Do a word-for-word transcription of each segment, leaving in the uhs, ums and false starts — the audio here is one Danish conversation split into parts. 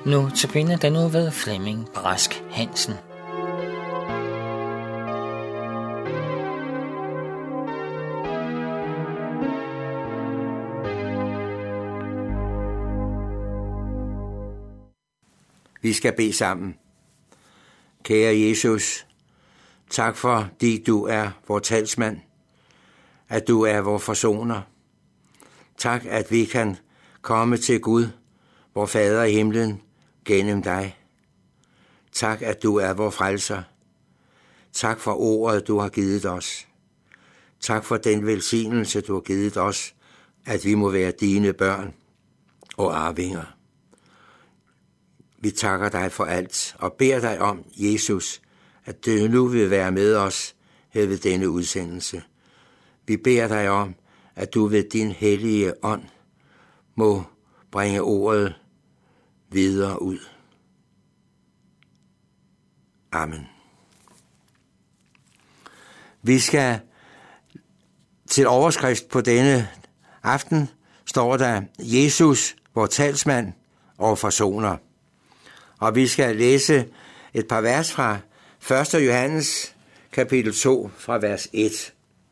Nu tabiner den nu ved Flemming Brask Hansen. Vi skal bede sammen. Kære Jesus, tak fordi du er vor talsmand, at du er vor forsoner. Tak, at vi kan komme til Gud, vor Fader i himlen, gennem dig. Tak, at du er vor frelser. Tak for ordet, du har givet os. Tak for den velsignelse, du har givet os, at vi må være dine børn og arvinger. Vi takker dig for alt og beder dig om, Jesus, at du nu vil være med os her ved denne udsendelse. Vi beder dig om, at du ved din hellige ånd må bringe ordet videre ud. Amen. Vi skal til overskrift på denne aften, står der Jesus, vor talsmand og forsoner. Og vi skal læse et par vers fra første Johannes kapitel to fra vers et.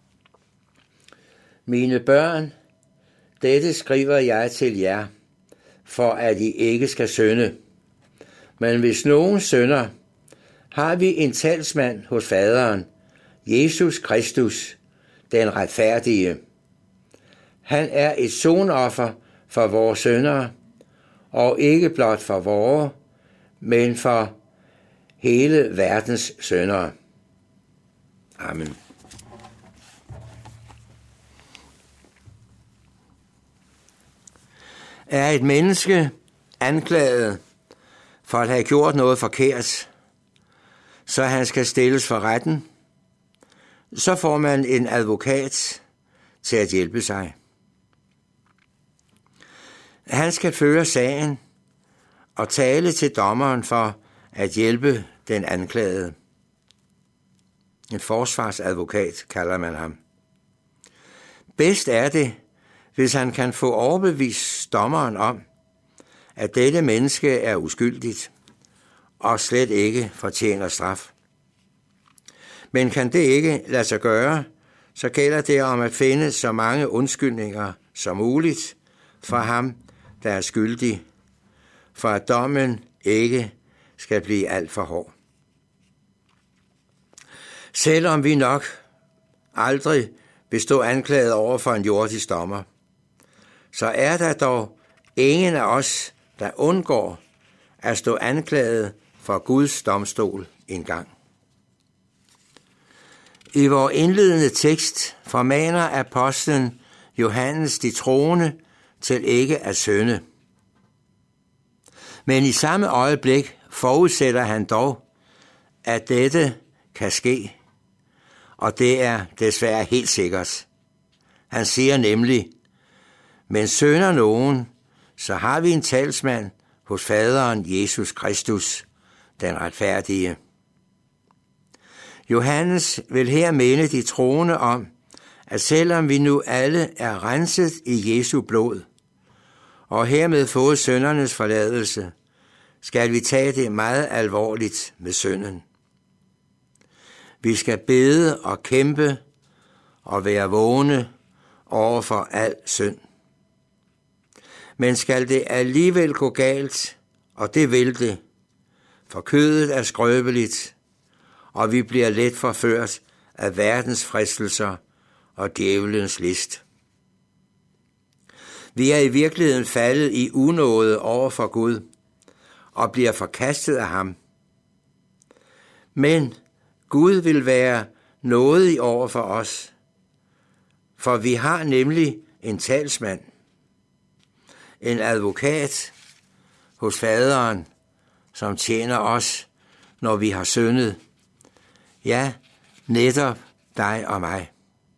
Mine børn, dette skriver jeg til jer, for at I ikke skal synde. Men hvis nogen synder, har vi en talsmand hos Faderen, Jesus Kristus, den retfærdige. Han er et sonoffer for vores syndere, og ikke blot for vores, men for hele verdens syndere. Amen. Er et menneske anklaget for at have gjort noget forkert, så han skal stilles for retten, så får man en advokat til at hjælpe sig. Han skal føre sagen og tale til dommeren for at hjælpe den anklagede. En forsvarsadvokat kalder man ham. Bedst er det, hvis han kan få overbevist dommeren om, at dette menneske er uskyldigt og slet ikke fortjener straf. Men kan det ikke lade sig gøre, så gælder det om at finde så mange undskyldninger som muligt for ham, der er skyldig, for at dommen ikke skal blive alt for hård. Selvom vi nok aldrig vil stå anklaget over for en jordisk dommer, så er der dog ingen af os, der undgår at stå anklaget for Guds domstol engang. I vores indledende tekst formaner apostlen Johannes de troende til ikke at synde. Men i samme øjeblik forudsætter han dog, at dette kan ske, og det er desværre helt sikkert. Han siger nemlig, men synder nogen, så har vi en talsmand hos Faderen Jesus Kristus, den retfærdige. Johannes vil her minde de troende om, at selvom vi nu alle er renset i Jesu blod, og hermed fået syndernes forladelse, skal vi tage det meget alvorligt med synden. Vi skal bede og kæmpe og være vågne over for al synd. Men skal det alligevel gå galt, og det vil det, for kødet er skrøbeligt, og vi bliver let forført af verdens fristelser og djævelens list. Vi er i virkeligheden faldet i unåde over for Gud, og bliver forkastet af ham. Men Gud vil være nådig over for os, for vi har nemlig en talsmand, en advokat hos Faderen, som tjener os, når vi har syndet. Ja, netop dig og mig.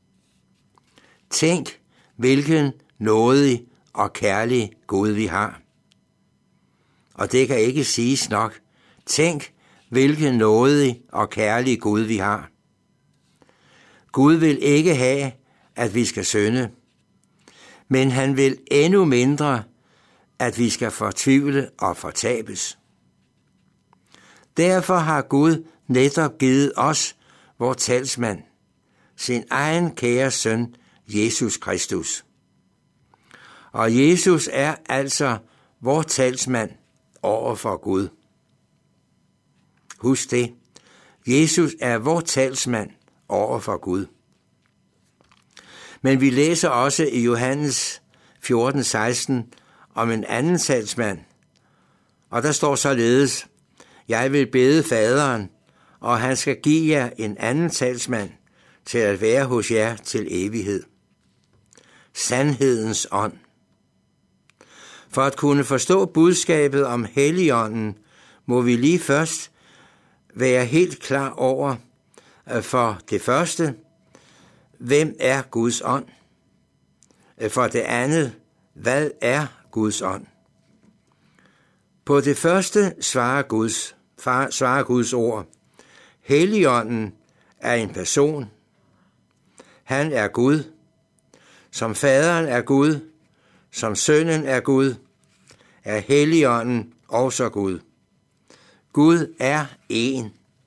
Tænk, hvilken nådig og kærlig Gud vi har. Og det kan ikke siges nok. Tænk, hvilken nådig og kærlig Gud vi har. Gud vil ikke have, at vi skal synde, men han vil endnu mindre, at vi skal fortvivle og fortabes. Derfor har Gud netop givet os, vor talsmand, sin egen kære søn, Jesus Kristus. Og Jesus er altså vor talsmand over for Gud. Husk det. Jesus er vor talsmand over for Gud. Men vi læser også i Johannes fjorten seksten om en anden talsmand, og der står således: Jeg vil bede faderen, og han skal give jer en anden talsmand til at være hos jer til evighed. Sandhedens ånd. For at kunne forstå budskabet om Helligånden, må vi lige først være helt klar over, for det første, hvem er Guds ånd? For det andet, hvad er Guds ånd? På det første svarer Guds, far, svarer Guds ord: Helligånden er en person. Han er Gud. Som faderen er Gud, som sønnen er Gud, er Helligånden også Gud. Gud er én.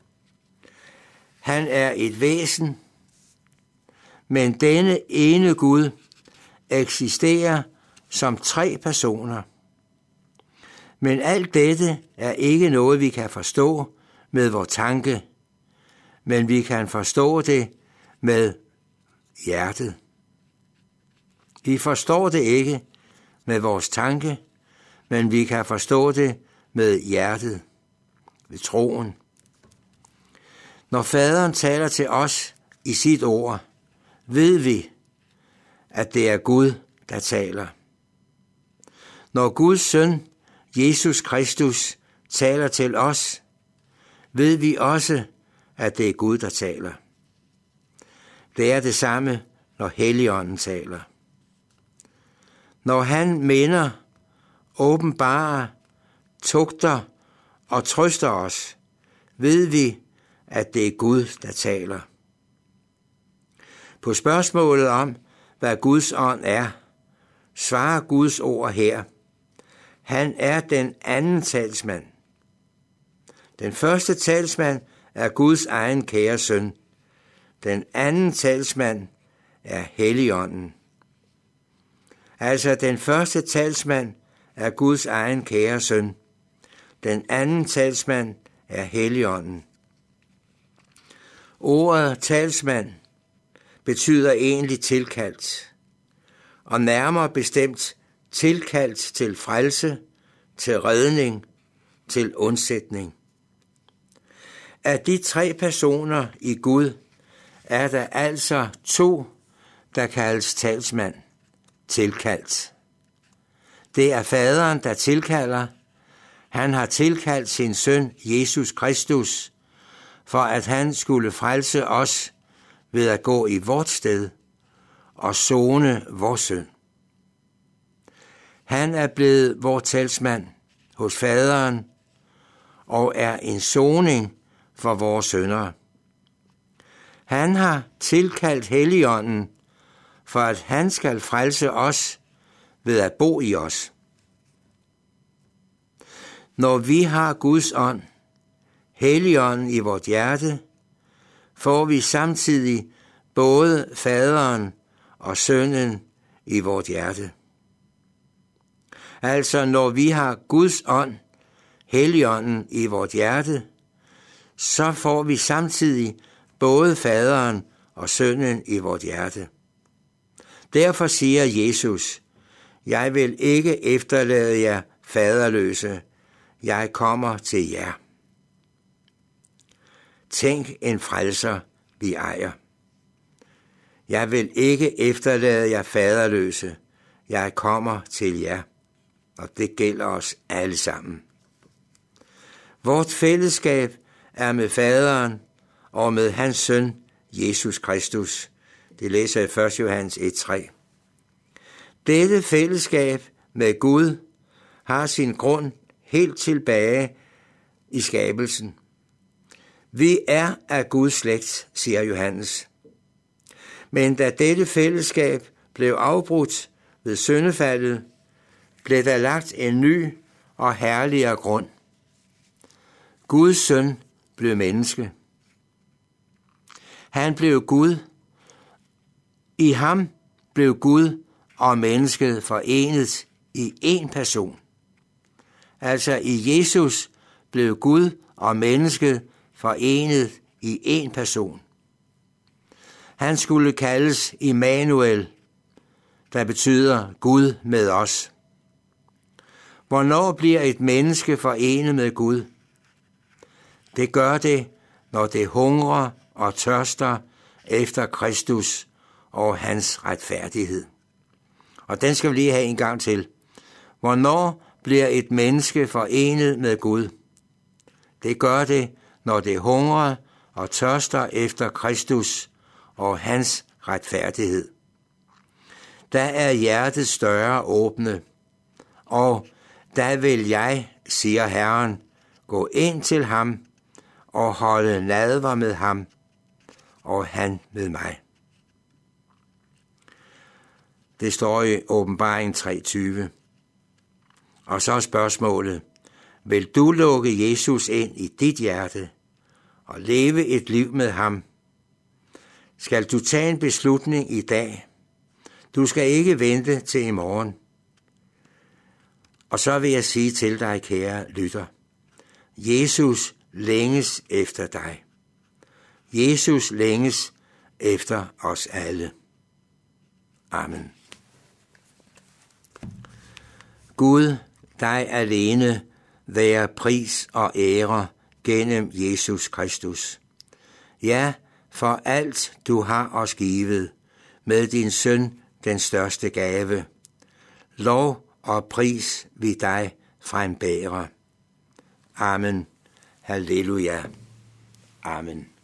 Han er et væsen, men denne ene Gud eksisterer som tre personer. Men alt dette er ikke noget, vi kan forstå med vor tanke, men vi kan forstå det med hjertet. Vi forstår det ikke med vores tanke, men vi kan forstå det med hjertet, ved troen. Når faderen taler til os i sit ord, ved vi, at det er Gud, der taler. Når Guds søn, Jesus Kristus, taler til os, ved vi også, at det er Gud, der taler. Det er det samme, når Helligånden taler. Når han minder, åbenbarer, tugter og trøster os, ved vi, at det er Gud, der taler. På spørgsmålet om, hvad Guds ånd er, svarer Guds ord her: Han er den anden talsmand. Den første talsmand er Guds egen kære søn. Den anden talsmand er Helligånden. Altså, den første talsmand er Guds egen kære søn. Den anden talsmand er Helligånden. Ordet talsmand betyder egentlig tilkaldt, og nærmere bestemt tilkaldt til frelse, til redning, til undsætning. Af de tre personer i Gud er der altså to, der kaldes talsmand, tilkaldt. Det er faderen, der tilkalder. Han har tilkaldt sin søn Jesus Kristus, for at han skulle frelse os ved at gå i vort sted og sone vores synd. Han er blevet vor talsmand hos faderen og er en soning for vores syndere. Han har tilkaldt Helligånden, for at han skal frelse os ved at bo i os. Når vi har Guds ånd, Helligånden i vort hjerte, får vi samtidig både faderen og sønnen i vort hjerte. Altså, når vi har Guds ånd, Helligånden i vort hjerte, så får vi samtidig både faderen og sønnen i vort hjerte. Derfor siger Jesus: Jeg vil ikke efterlade jer faderløse, jeg kommer til jer. Tænk en frelser, vi ejer. Jeg vil ikke efterlade jer faderløse, jeg kommer til jer. Og det gælder os alle sammen. Vort fællesskab er med faderen og med hans søn, Jesus Kristus. Det læser jeg i første Johannes et tre. Dette fællesskab med Gud har sin grund helt tilbage i skabelsen. Vi er af Guds slægt, siger Johannes. Men da dette fællesskab blev afbrudt ved syndefaldet, blev der lagt en ny og herligere grund. Guds søn blev menneske. Han blev Gud. I ham blev Gud og mennesket forenet i én person. Altså i Jesus blev Gud og mennesket forenet i én person. Han skulle kaldes Immanuel, der betyder Gud med os. Hvornår bliver et menneske forenet med Gud? Det gør det, når det hungrer og tørster efter Kristus og hans retfærdighed. Og den skal vi lige have en gang til. Hvornår bliver et menneske forenet med Gud? Det gør det, når det hungrer og tørster efter Kristus og hans retfærdighed. Der er hjertet større åbne, og der vil jeg, siger Herren, gå ind til ham og holde nadver med ham, og han med mig. Det står i Åbenbaring tre tyve. Og så er spørgsmålet, vil du lukke Jesus ind i dit hjerte og leve et liv med ham? Skal du tage en beslutning i dag? Du skal ikke vente til i morgen. Og så vil jeg sige til dig, kære lytter, Jesus længes efter dig. Jesus længes efter os alle. Amen. Gud, dig alene være pris og ære gennem Jesus Kristus. Ja, for alt du har os givet, med din søn den største gave. Lov og pris vi dig frembærer. Amen. Halleluja. Amen.